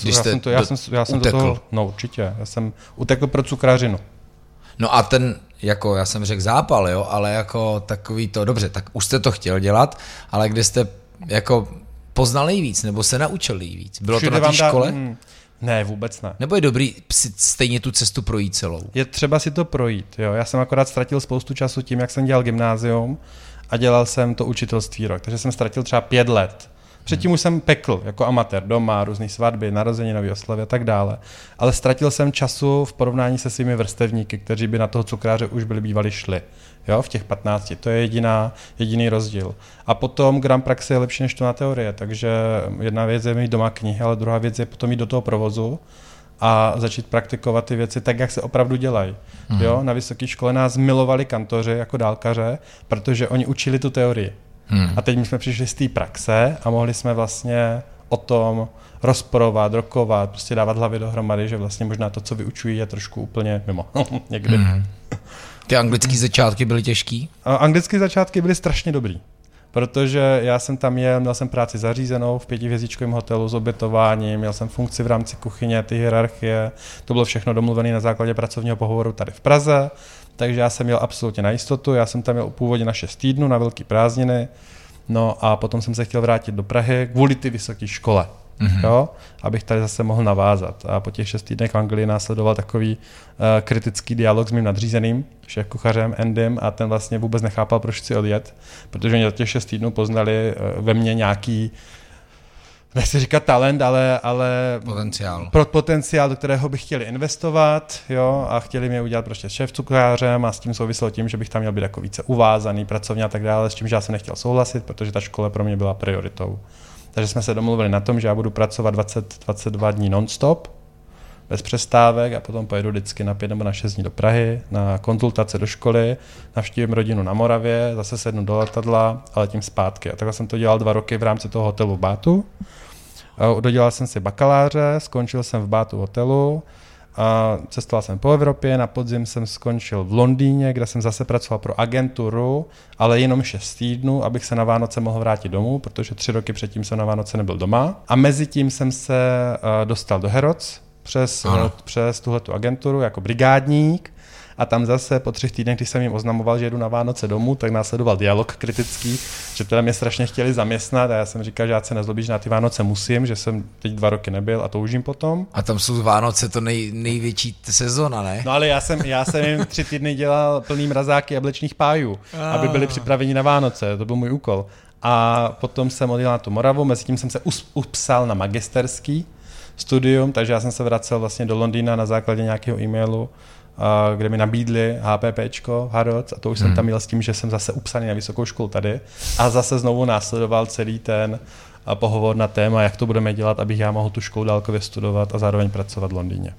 do toho, no určitě, já jsem utekl pro cukrařinu. No a ten, jako já jsem řekl zápal, jo, ale jako takový to, dobře, tak už jste to chtěl dělat, ale kde jste jako poznal nejvíc, nebo se naučil nejvíc? Bylo všude to na té škole? Ne, vůbec ne. Nebo je dobrý si stejně tu cestu projít celou? Je třeba si to projít, jo. Já jsem akorát ztratil spoustu času tím, jak jsem dělal gymnázium a dělal jsem to učitelství rok, takže jsem ztratil třeba 5 let Předtím už jsem pekl jako amatér doma, různé svatby, narozeninové oslavy a tak dále. Ale ztratil jsem času v porovnání se svými vrstevníky, kteří by na toho cukráře už byli bývali šli. Jo, v těch 15. To je jediný rozdíl. A potom gram praxe je lepší než to na teorie, takže jedna věc je mít doma knihy, ale druhá věc je potom jít do toho provozu a začít praktikovat ty věci tak, jak se opravdu dělají. Jo, na vysoké škole nás milovali kantoři jako dálkaře, protože oni učili tu teorii. A teď my jsme přišli z té praxe a mohli jsme vlastně o tom rozporovat, rokovat, prostě dávat hlavy dohromady, že vlastně možná to, co vyučují, je trošku úplně mimo. Někdy. Ty anglické začátky byly těžký? Anglické začátky byly strašně dobrý, protože já jsem tam měl jsem práci zařízenou v 5hvězdičkovém hotelu s obětováním, měl jsem funkci v rámci kuchyně, ty hierarchie, to bylo všechno domluvené na základě pracovního pohovoru tady v Praze, takže já jsem měl absolutně na jistotu, já jsem tam měl původně na 6 týdnů, na velké prázdniny, no a potom jsem se chtěl vrátit do Prahy kvůli ty vysoké škole. Jo, abych tady zase mohl navázat. A po těch 6 týdnech v Anglii následoval takový kritický dialog s mým nadřízeným, šéfkuchařem Andym, a ten vlastně vůbec nechápal, proč chci odjet, protože oni za těch 6 týdnů poznali ve mně nějaký, nechci říkat talent, ale potenciál, do kterého by chtěli investovat, jo, a chtěli mě udělat prostě šéfcukrářem a s tím souviselo tím, že bych tam měl být jako více uvázaný pracovně a tak dále, s čím já jsem nechtěl souhlasit, protože ta škola pro mě byla prioritou. Takže jsme se domluvili na tom, že já budu pracovat 22 dní non-stop, bez přestávek a potom pojedu vždycky na 5 nebo na 6 dní do Prahy, na konzultace do školy, navštívím rodinu na Moravě, zase sednu do letadla a letím zpátky. A takhle jsem to dělal 2 roky v rámci toho hotelu v Bátu. Dodělal jsem si bakaláře, skončil jsem v Bátu hotelu, a cestoval jsem po Evropě, na podzim jsem skončil v Londýně, kde jsem zase pracoval pro agenturu, ale jenom 6 týdnů, abych se na Vánoce mohl vrátit domů, protože 3 roky předtím jsem na Vánoce nebyl doma. A mezi tím jsem se dostal do Herods přes tuhletu agenturu jako brigádník. A tam zase po 3 týdnech, když jsem jim oznamoval, že jedu na Vánoce domů, tak následoval dialog kritický, že teda mě strašně chtěli zaměstnat a já jsem říkal, že já se nezlobí, že na ty Vánoce musím, že jsem teď 2 roky nebyl a toužím potom. A tam jsou Vánoce to největší sezona, ne? No ale já jsem jim 3 týdny dělal plný mrazáky jablečných pájů, aby byli připraveni na Vánoce, to byl můj úkol. A potom jsem odjel na tu Moravu, mezi tím jsem se upsal na magisterský studium, takže já jsem se vracel vlastně do Londýna na základě nějakého e-mailu, kde mi nabídli HPPčko v Harrods a to už jsem tam měl s tím, že jsem zase upsaný na vysokou školu tady a zase znovu následoval celý ten pohovor na téma, jak to budeme dělat, abych já mohl tu školu dálkově studovat a zároveň pracovat v Londýně.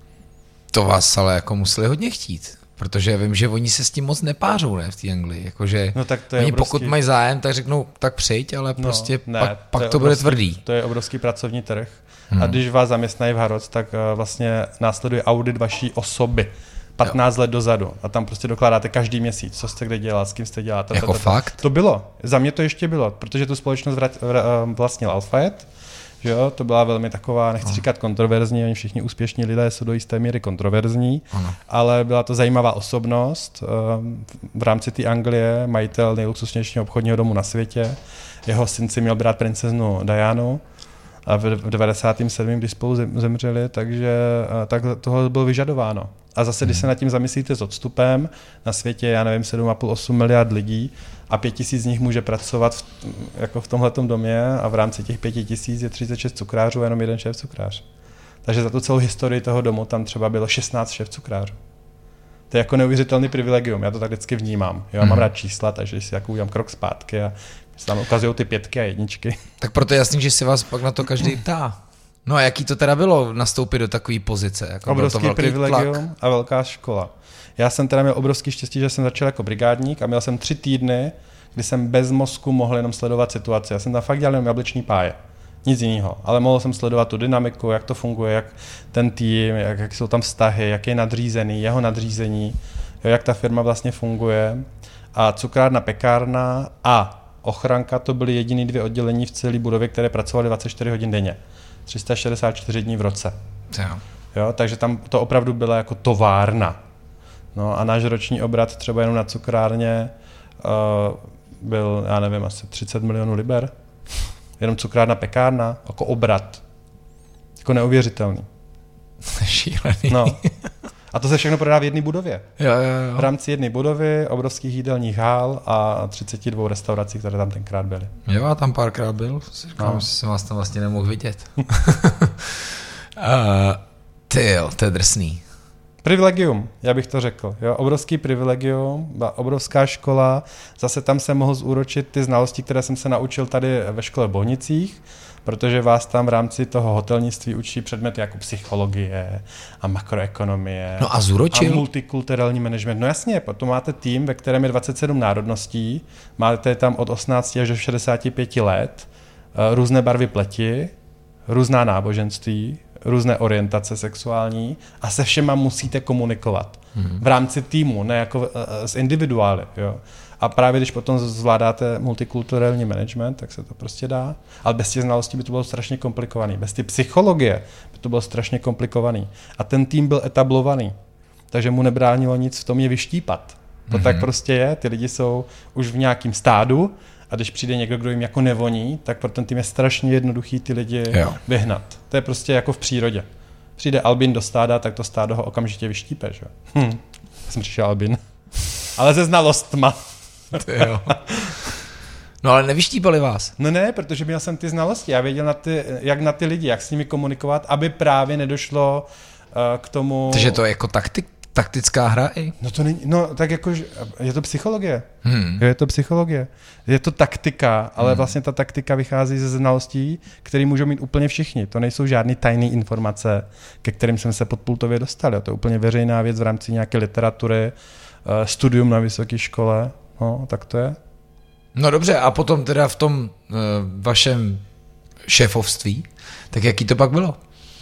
To vás ale jako museli hodně chtít, protože já vím, že oni se s tím moc nepářou, ne, v té Anglii, jakože no, tak to je oni obrovský... pokud mají zájem, tak řeknou, tak přijď, ale prostě ne, pak to bude tvrdý. To je obrovský pracovní trh. A když vás zaměstnají v Harrods, tak vlastně následuje audit vaší osoby 15 let dozadu a tam prostě dokládáte každý měsíc, co jste kde dělal, s kým jste dělal. Jako fakt? To bylo. Za mě to ještě bylo, protože tu společnost vlastnil Alphabet, že jo, to byla velmi taková, nechci říkat kontroverzní, oni všichni úspěšní lidé jsou do jisté míry kontroverzní, ale byla to zajímavá osobnost v rámci té Anglie, majitel nejluxusnějšího obchodního domu na světě. Jeho syn si měl brát princeznu Dianu a v 97. když spolu zemřeli, takže tak tohle bylo vyžadováno. A zase, když se nad tím zamyslíte s odstupem, na světě, já nevím, 7,5-8 miliard lidí a 5 000 z nich může pracovat jako v tomhletom domě a v rámci těch 5 000 je 36 cukrářů a jenom 1 šéf cukrář. Takže za tu celou historii toho domu tam třeba bylo 16 šéf cukrářů. To je jako neuvěřitelný privilegium, já to tak vždycky vnímám. Já mám rád čísla, takže si jako udělám krok zpátky a se tam ukazují ty 5 a 1. Tak proto je jasný, že si vás pak na to každý ptá. No a jaký to teda bylo nastoupit do takové pozice? Jako obrovský privilegium tlak a velká škola. Já jsem teda měl obrovský štěstí, že jsem začal jako brigádník a měl jsem 3 týdny, kdy jsem bez mozku mohl jenom sledovat situaci. Já jsem tam fakt dělal jenom jablečný páje. Nic jiného. Ale mohl jsem sledovat tu dynamiku, jak to funguje, jak ten tým, jak jsou tam vztahy, jak je nadřízený, jeho nadřízení, jak ta firma vlastně funguje. A cukrárna, pekárna a ochranka, to byly jediný 2 oddělení v celé budově, které pracovaly 24 hodin denně. 364 dní v roce. Jo, takže tam to opravdu byla jako továrna. No a náš roční obrat třeba jenom na cukrárně byl, já nevím, asi 30 milionů liber. Jenom cukrárna, pekárna, jako obrat. Jako neuvěřitelný. Šílený. No. A to se všechno prodá v jedné budově. Jo. V rámci jedné budovy, obrovských jídelních hál a 32 restaurací, které tam tenkrát byly. Jo, já tam párkrát byl. Říkám, že jsem vás tam vlastně nemohl vidět. Tyjo, to je drsný. Privilegium, já bych to řekl. Jo? Obrovský privilegium, obrovská škola. Zase tam jsem mohl zúročit ty znalosti, které jsem se naučil tady ve škole v Bohnicích, protože vás tam v rámci toho hotelnictví učí předměty jako psychologie a makroekonomie. No a zúročil? A multikulturální management. No jasně, potom máte tým, ve kterém je 27 národností, máte tam od 18 až do 65 let, různé barvy pleti, různá náboženství, různé orientace sexuální a se všema musíte komunikovat. V rámci týmu, ne jako s individuály. Jo. A právě když potom zvládáte multikulturální management, tak se to prostě dá. Ale bez těch znalostí by to bylo strašně komplikovaný. Bez té psychologie by to bylo strašně komplikovaný. A ten tým byl etablovaný. Takže mu nebránilo nic v tom je vyštípat. To tak prostě je. Ty lidi jsou už v nějakém stádu a když přijde někdo, kdo jim jako nevoní, tak pro ten tým je strašně jednoduchý ty lidi vyhnat. To je prostě jako v přírodě. Přijde Albin do stáda, tak to stádo ho okamžitě vyštípe. Že? Jsem přišel Albin. Ale se znalostma. Jo. No ale nevyštípali vás. No ne, protože měl jsem ty znalosti. Já věděl, jak na ty lidi, jak s nimi komunikovat, aby právě nedošlo k tomu... Takže to je jako taktická hra i? No to není, no tak jako, je to psychologie. Je to psychologie. Je to taktika, ale vlastně ta taktika vychází ze znalostí, které můžou mít úplně všichni. To nejsou žádný tajné informace, ke kterým jsme se podpultově dostali. To je úplně veřejná věc v rámci nějaké literatury, studium na vysoké škole. No, tak to je. No dobře, a potom teda v tom vašem šéfovství, tak jaký to pak bylo?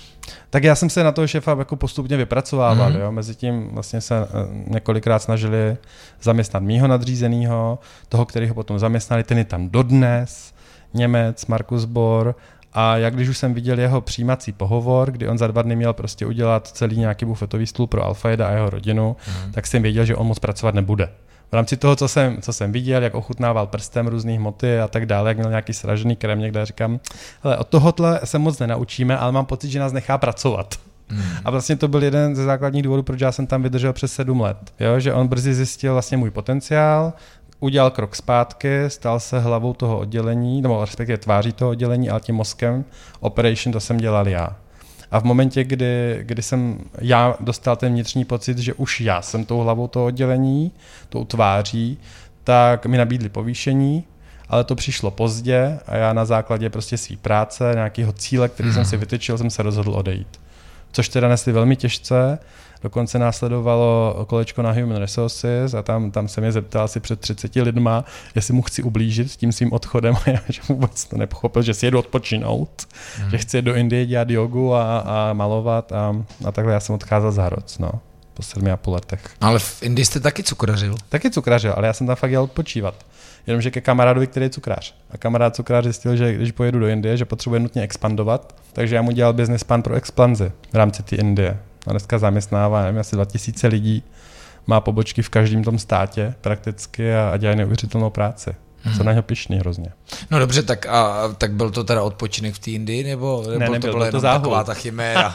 Tak já jsem se na toho šéfa jako postupně vypracovával. Jo? Mezitím vlastně se několikrát snažili zaměstnat mýho nadřízenýho, toho, kterýho potom zaměstnali, ten je tam dodnes, Němec, Markus Bohr. A jak když už jsem viděl jeho přijímací pohovor, kdy on za 2 dny měl prostě udělat celý nějaký bufetový stůl pro Alfajeda a jeho rodinu, tak jsem věděl, že on moc pracovat nebude. V rámci toho, co jsem viděl, jak ochutnával prstem různý hmoty a tak dále, jak měl nějaký sražený krém někde, říkám, hele, od tohohle se moc nenaučíme, ale mám pocit, že nás nechá pracovat. A vlastně to byl jeden ze základních důvodů, proč já jsem tam vydržel přes 7 let. Jo, že on brzy zjistil vlastně můj potenciál, udělal krok zpátky, stal se hlavou toho oddělení, nebo respektive tváří toho oddělení, ale tím mozkem operation to jsem dělal já. A v momentě, kdy jsem já dostal ten vnitřní pocit, že už já jsem tou hlavou toho oddělení, tou tváří, tak mi nabídli povýšení, ale to přišlo pozdě a já na základě prostě své práce, nějakého cíle, který jsem si vytyčil, jsem se rozhodl odejít. Což teda nesli velmi těžce, dokonce následovalo kolečko na Human Resources a tam se mě zeptal asi před 30 lidma, jestli mu chci ublížit s tím svým odchodem a já že vůbec to nepochopil, že si jedu odpočinout, že chci jít do Indie dělat jogu a malovat a takhle já jsem odcházel za Hroc, no, po 7,5 letech. Ale v Indii jste taky cukrařil? Taky cukrařil, ale já jsem tam fakt jel odpočívat. Jenomže ke kamarádovi, který je cukrář. A kamarád cukrář zjistil, že když pojedu do Indie, že potřebuje nutně expandovat, takže já mu dělal business plan pro expanzi v rámci té Indie. A dneska zaměstnává, nevím, asi 2000 lidí, má pobočky v každém tom státě prakticky a dělají neuvěřitelnou práci. Jsem na něho pyšný hrozně. No dobře, tak byl to teda odpočinek v té Indii, nebo ne, to byla jenom taková ta chiméra?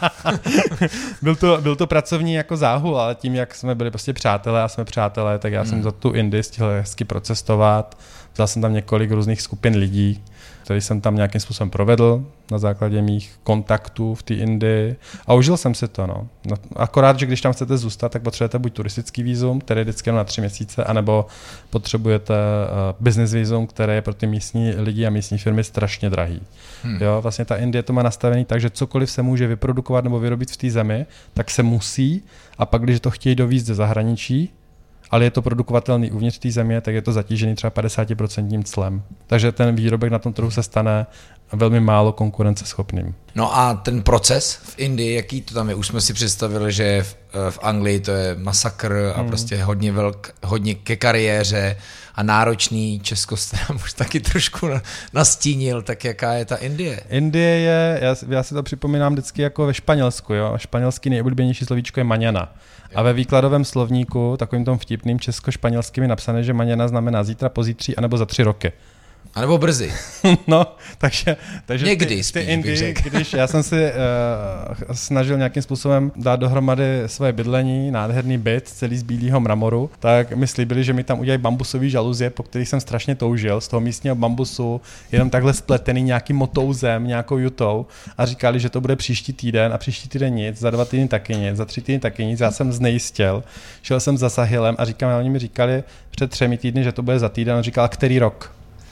byl to pracovní jako záhul, ale tím, jak jsme byli prostě přátelé a jsme přátelé, tak já jsem za tu Indii stihl hezky procestovat. Vzal jsem tam několik různých skupin lidí, který jsem tam nějakým způsobem provedl na základě mých kontaktů v té Indii a užil jsem si to. No. Akorát, že když tam chcete zůstat, tak potřebujete buď turistický vízum, který je vždycky na 3 měsíce, anebo potřebujete business vízum, které je pro ty místní lidi a místní firmy strašně drahý. Jo, vlastně ta Indie to má nastavený tak, že cokoliv se může vyprodukovat nebo vyrobit v té zemi, tak se musí a pak, když to chtějí dovízt ze zahraničí, ale je to produkovatelný uvnitř té země, tak je to zatížený třeba 50% clem. Takže ten výrobek na tom trhu se stane velmi málo konkurenceschopným. No a ten proces v Indii, jaký to tam je? Už jsme si představili, že v Anglii to je masakr a prostě hodně ke kariéře a náročný. Česko jste nám už taky trošku nastínil, tak jaká je ta Indie? Indie je, já si to připomínám vždycky jako ve Španělsku. Jo? Španělský nejoblíbenější slovíčko je mañana. A ve výkladovém slovníku, takovým tom vtipným česko-španělským je napsané, že mañana znamená zítra, pozítří, anebo za 3 roky. A nebo brzy. No, takže někdy ty spíš, Indii, když já jsem si snažil nějakým způsobem dát dohromady své bydlení, nádherný byt, celý z bílého mramoru, tak mi slíbili, že mi tam udělají bambusový žaluzie, po kterých jsem strašně toužil, z toho místního bambusu, jenom takhle spletený nějakým motouzem, nějakou jutou a říkali, že to bude příští týden a příští týden nic, za 2 týdny taky nic, za 3 týdny taky nic, já jsem znejistěl, šel jsem za Sahilem a oni mi říkali před 3 týdny, že to bude za týden a říkal, který rok?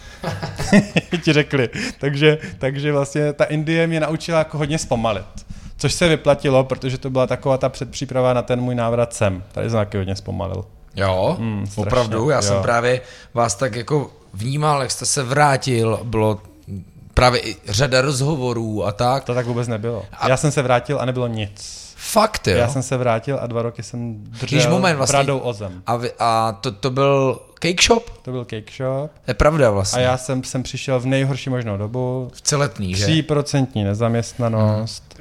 ti řekli. Takže vlastně ta Indie mě naučila jako hodně zpomalit. Což se vyplatilo, protože to byla taková ta předpříprava na ten můj návrat sem. Tady jsem taky hodně zpomalil. Jo, opravdu. Já jsem právě vás tak jako vnímal, jak jste se vrátil, bylo právě i řada rozhovorů a tak. To tak vůbec nebylo. Já jsem se vrátil a nebylo nic. Fakt, jo? Já jsem se vrátil a 2 roky jsem držel bradou o zem. A to byl cake shop? To byl cake shop. To je pravda vlastně. A já jsem přišel v nejhorší možnou dobu. V celetný, že? 3% nezaměstnanost.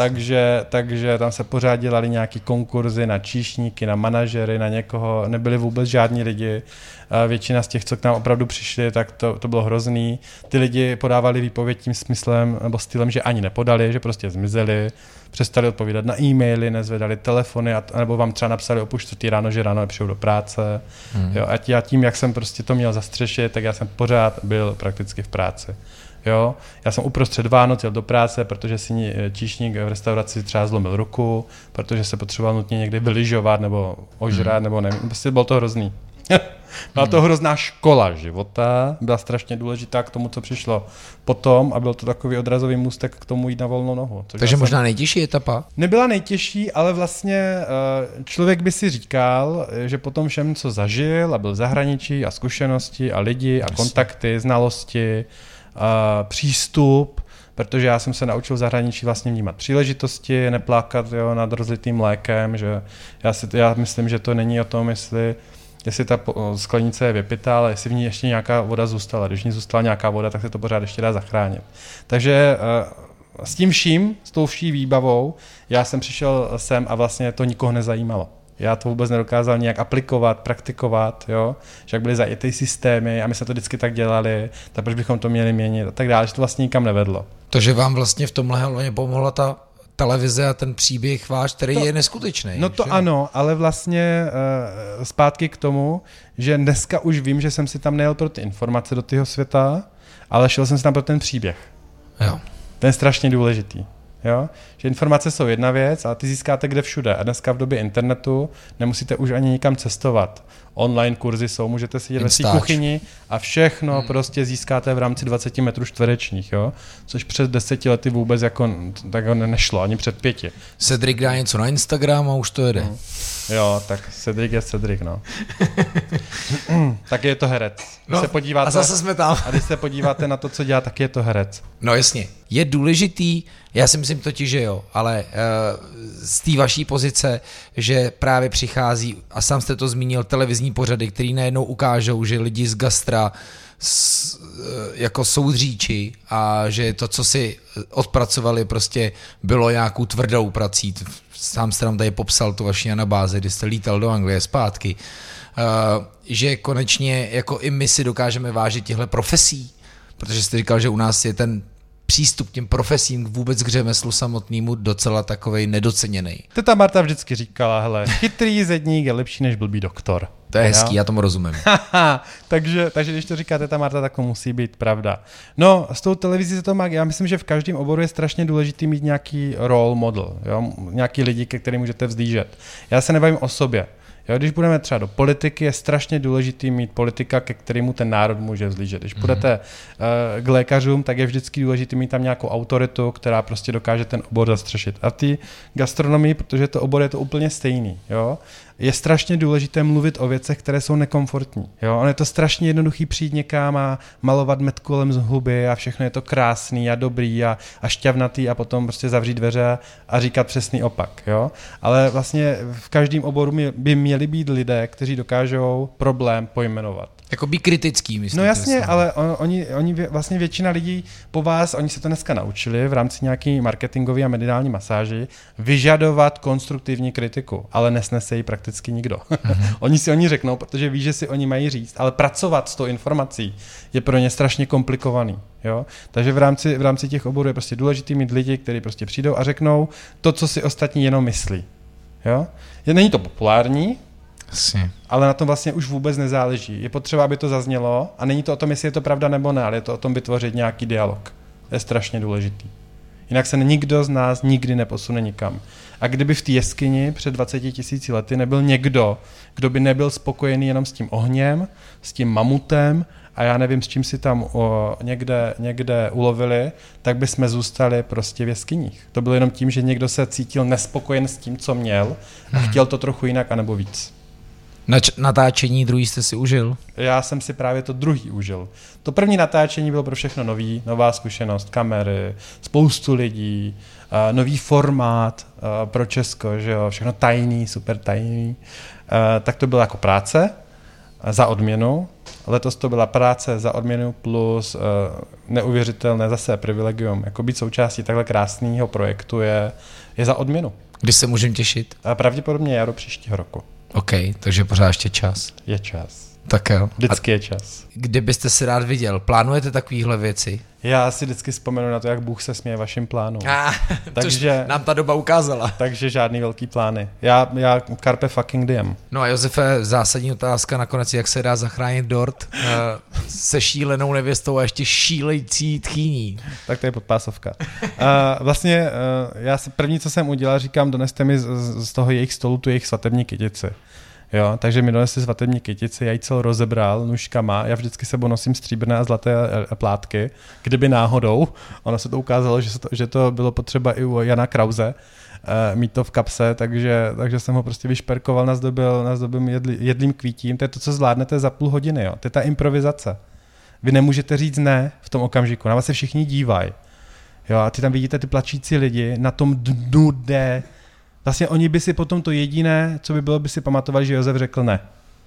Takže tam se pořád dělali nějaký konkurzy na číšníky, na manažery, na někoho. Nebyli vůbec žádní lidi. Většina z těch, co k nám opravdu přišli, tak to bylo hrozný. Ty lidi podávali výpověď tím smyslem nebo stylem, že ani nepodali, že prostě zmizeli, přestali odpovídat na e-maily, nezvedali telefony, nebo vám třeba napsali o 3:30 ráno, že ráno nepřijou do práce. Jo, a já tím, jak jsem prostě to měl zastřešit, tak já jsem pořád byl prakticky v práci. Jo? Já jsem uprostřed Vánoc jel do práce, protože si číšník v restauraci třeba zlomil ruku, protože se potřeboval nutně někde vylyžovat nebo ožrát, nebo nevím. Prostě bylo to hrozný. Byla to hrozná škola života, byla strašně důležitá k tomu, co přišlo potom a byl to takový odrazový můstek k tomu jít na volnou nohu. Takže možná nejtěžší etapa? Nebyla nejtěžší, ale vlastně člověk by si říkal, že po tom všem, co zažil a byl v zahraničí a zkušenosti a lidi a kontakty, znalosti, přístup, protože já jsem se naučil v zahraničí vlastně vnímat příležitosti, neplákat nad rozlitým mlékem, že já myslím, že to není o tom, jestli ta sklenice je vypitá, ale jestli v ní ještě nějaká voda zůstala. Když v ní zůstala nějaká voda, tak se to pořád ještě dá zachránit. Takže s tím vším, s tou vší výbavou, já jsem přišel sem a vlastně to nikoho nezajímalo. Já to vůbec nedokázal nějak aplikovat, praktikovat, jo? Že jak byly zajetý systémy a my jsme to vždycky tak dělali, tak proč bychom to měli měnit a tak dále, že to vlastně nikam nevedlo. To, že vám vlastně v tomhle hlavně pomohla ta televize a ten příběh váš, který je neskutečný. No to že? Ano, ale vlastně zpátky k tomu, že dneska už vím, že jsem si tam nejel pro ty informace do toho světa, ale šel jsem si tam pro ten příběh. Jo. Ten je strašně důležitý. Jo? Že informace jsou jedna věc, ale ty získáte kde všude. A dneska v době internetu nemusíte už ani nikam cestovat. Online kurzy jsou, můžete sedět ve své kuchyni a všechno prostě získáte v rámci 20 metrů čtverečních. Jo? Což před 10 lety vůbec jako nešlo, ani před 5. Cedric dá něco na Instagram a už to jede. Jo, tak Cedric je Cedric, no. Tak je to herec. No, se podíváte, a zase jsme tam. A když se podíváte na to, co dělá, tak je to herec. No jasně. Je důležitý, já si myslím totiž, že jo, ale z té vaší pozice, že právě přichází, a sám jste to zmínil, televizní pořady, který najednou ukážou, že lidi z gastra jako soudříči a že to, co si odpracovali, prostě bylo nějakou tvrdou prací. Sám jste nám tady popsal tu vaši anabázi, kdy jste lítal do Anglie zpátky. Že konečně jako i my si dokážeme vážit těchto profesí, protože jste říkal, že u nás je ten přístup k těm profesím vůbec k řemeslu samotnému docela takovej nedoceněný. Teta Marta vždycky říkala, hele, chytrý zedník je lepší než blbý doktor. To je hezký, já tomu rozumím. takže když to říká teta Marta, tak to musí být pravda. No, s tou televizí se to má, já myslím, že v každém oboru je strašně důležitý mít nějaký role model, jo? Nějaký lidi, ke kterým můžete vzdýžet. Já se nebavím o sobě. Jo, když budeme třeba do politiky, je strašně důležitý mít politika, ke kterému ten národ může vzlížet. Když půjdete k lékařům, tak je vždycky důležitý mít tam nějakou autoritu, která prostě dokáže ten obor zastřešit. A v té gastronomii, protože to obor je to úplně stejný, jo, je strašně důležité mluvit o věcech, které jsou nekomfortní. Jo? On je to strašně jednoduchý přijít někam a malovat med kolem z huby a všechno je to krásný a dobrý a šťavnatý a potom prostě zavřít dveře a říkat přesný opak. Jo? Ale vlastně v každém oboru by měli být lidé, kteří dokážou problém pojmenovat. Jako být kritický, myslím. No jasně, ale oni vlastně většina lidí po vás, oni se to dneska naučili v rámci nějaký marketingový a mediální masáži, vyžadovat konstruktivní kritiku, ale nesnese ji prakticky nikdo. Oni si oni řeknou, protože ví, že si oni mají říct, ale pracovat s tou informací je pro ně strašně komplikovaný. Jo? Takže v rámci těch oborů je prostě důležitý mít lidi, kteří prostě přijdou a řeknou to, co si ostatní jenom myslí. Jo? Není to populární, ale na tom vlastně už vůbec nezáleží. Je potřeba, aby to zaznělo a není to o tom, jestli je to pravda nebo ne, ale je to o tom vytvořit nějaký dialog. To je strašně důležitý. Jinak se nikdo z nás nikdy neposune nikam. A kdyby v té jeskyni před 20 000 lety nebyl někdo, kdo by nebyl spokojený jenom s tím ohněm, s tím mamutem a já nevím, s čím si tam někde ulovili, tak by jsme zůstali prostě v jeskyních. To bylo jenom tím, že někdo se cítil nespokojen s tím, co měl a chtěl to trochu jinak anebo víc. Natáčení druhý jste si užil? Já jsem si právě to druhý užil. To první natáčení bylo pro všechno nová zkušenost, kamery, spoustu lidí, nový formát pro Česko, že jo, všechno tajný, super tajný. Tak to byla jako práce za odměnu. Letos to byla práce za odměnu plus neuvěřitelné zase privilegium. Jako být součástí takhle krásného projektu je za odměnu. Kdy se můžeme těšit? Pravděpodobně jaro příštího roku. OK, takže pořád ještě čas. Je čas. Tak jo. Vždycky je čas. Kde byste se rád viděl? Plánujete takovéhle věci? Já si vždycky vzpomenu na to, jak Bůh se směje vašim plánům. Takže nám ta doba ukázala. Takže žádný velký plány. Já carpe fucking diem. No a Josefe, zásadní otázka nakonec, jak se dá zachránit dort se šílenou nevěstou a ještě šílející tchýní. Tak to je podpásovka. Vlastně já si první, co jsem udělal, říkám, doneste mi z toho jejich stolu tu jejich svatební kytici. Jo, takže mi donesli svatební kytici, já ji celou rozebral nůžkama, já vždycky sebou nosím stříbrné a zlaté plátky, kdyby náhodou, ono se to ukázalo, že to bylo potřeba i u Jana Krause, mít to v kapse, takže jsem ho prostě vyšperkoval, nazdobil jedlým kvítím, to je to, co zvládnete za půl hodiny, jo. To je ta improvizace. Vy nemůžete říct ne v tom okamžiku, na vás se všichni dívají. Jo, a ty tam vidíte ty plačící lidi na tom dnu D. Vlastně oni by si potom to jediné, co by bylo, by si pamatovali, že Josef řekl ne.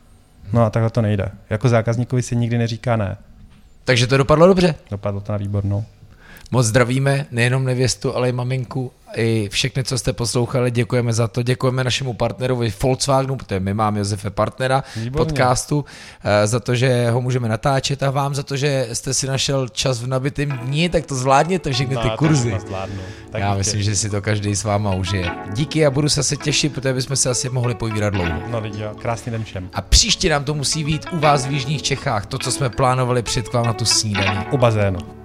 No a takhle to nejde. Jako zákazníkovi se nikdy neříká ne. Takže to dopadlo dobře. Dopadlo to na výbornou. Moc zdravíme nejenom nevěstu, ale i maminku, i všechny, co jste poslouchali, děkujeme za to, děkujeme našemu partnerovi Volkswagenu, protože my máme Josefe partnera podcastu, za to, že ho můžeme natáčet a vám za to, že jste si našel čas v nabitém dní, tak to zvládněte všechny ty kurzy. Já myslím, že si to každý s váma užije. Díky a budu se asi těšit, protože bychom se asi mohli povídat dlouho. No lidi, krásný den všem. A příště nám to musí být u vás v jižních Čechách, to, co jsme plánovali přijít k vám na tu snídaní. U bazénu.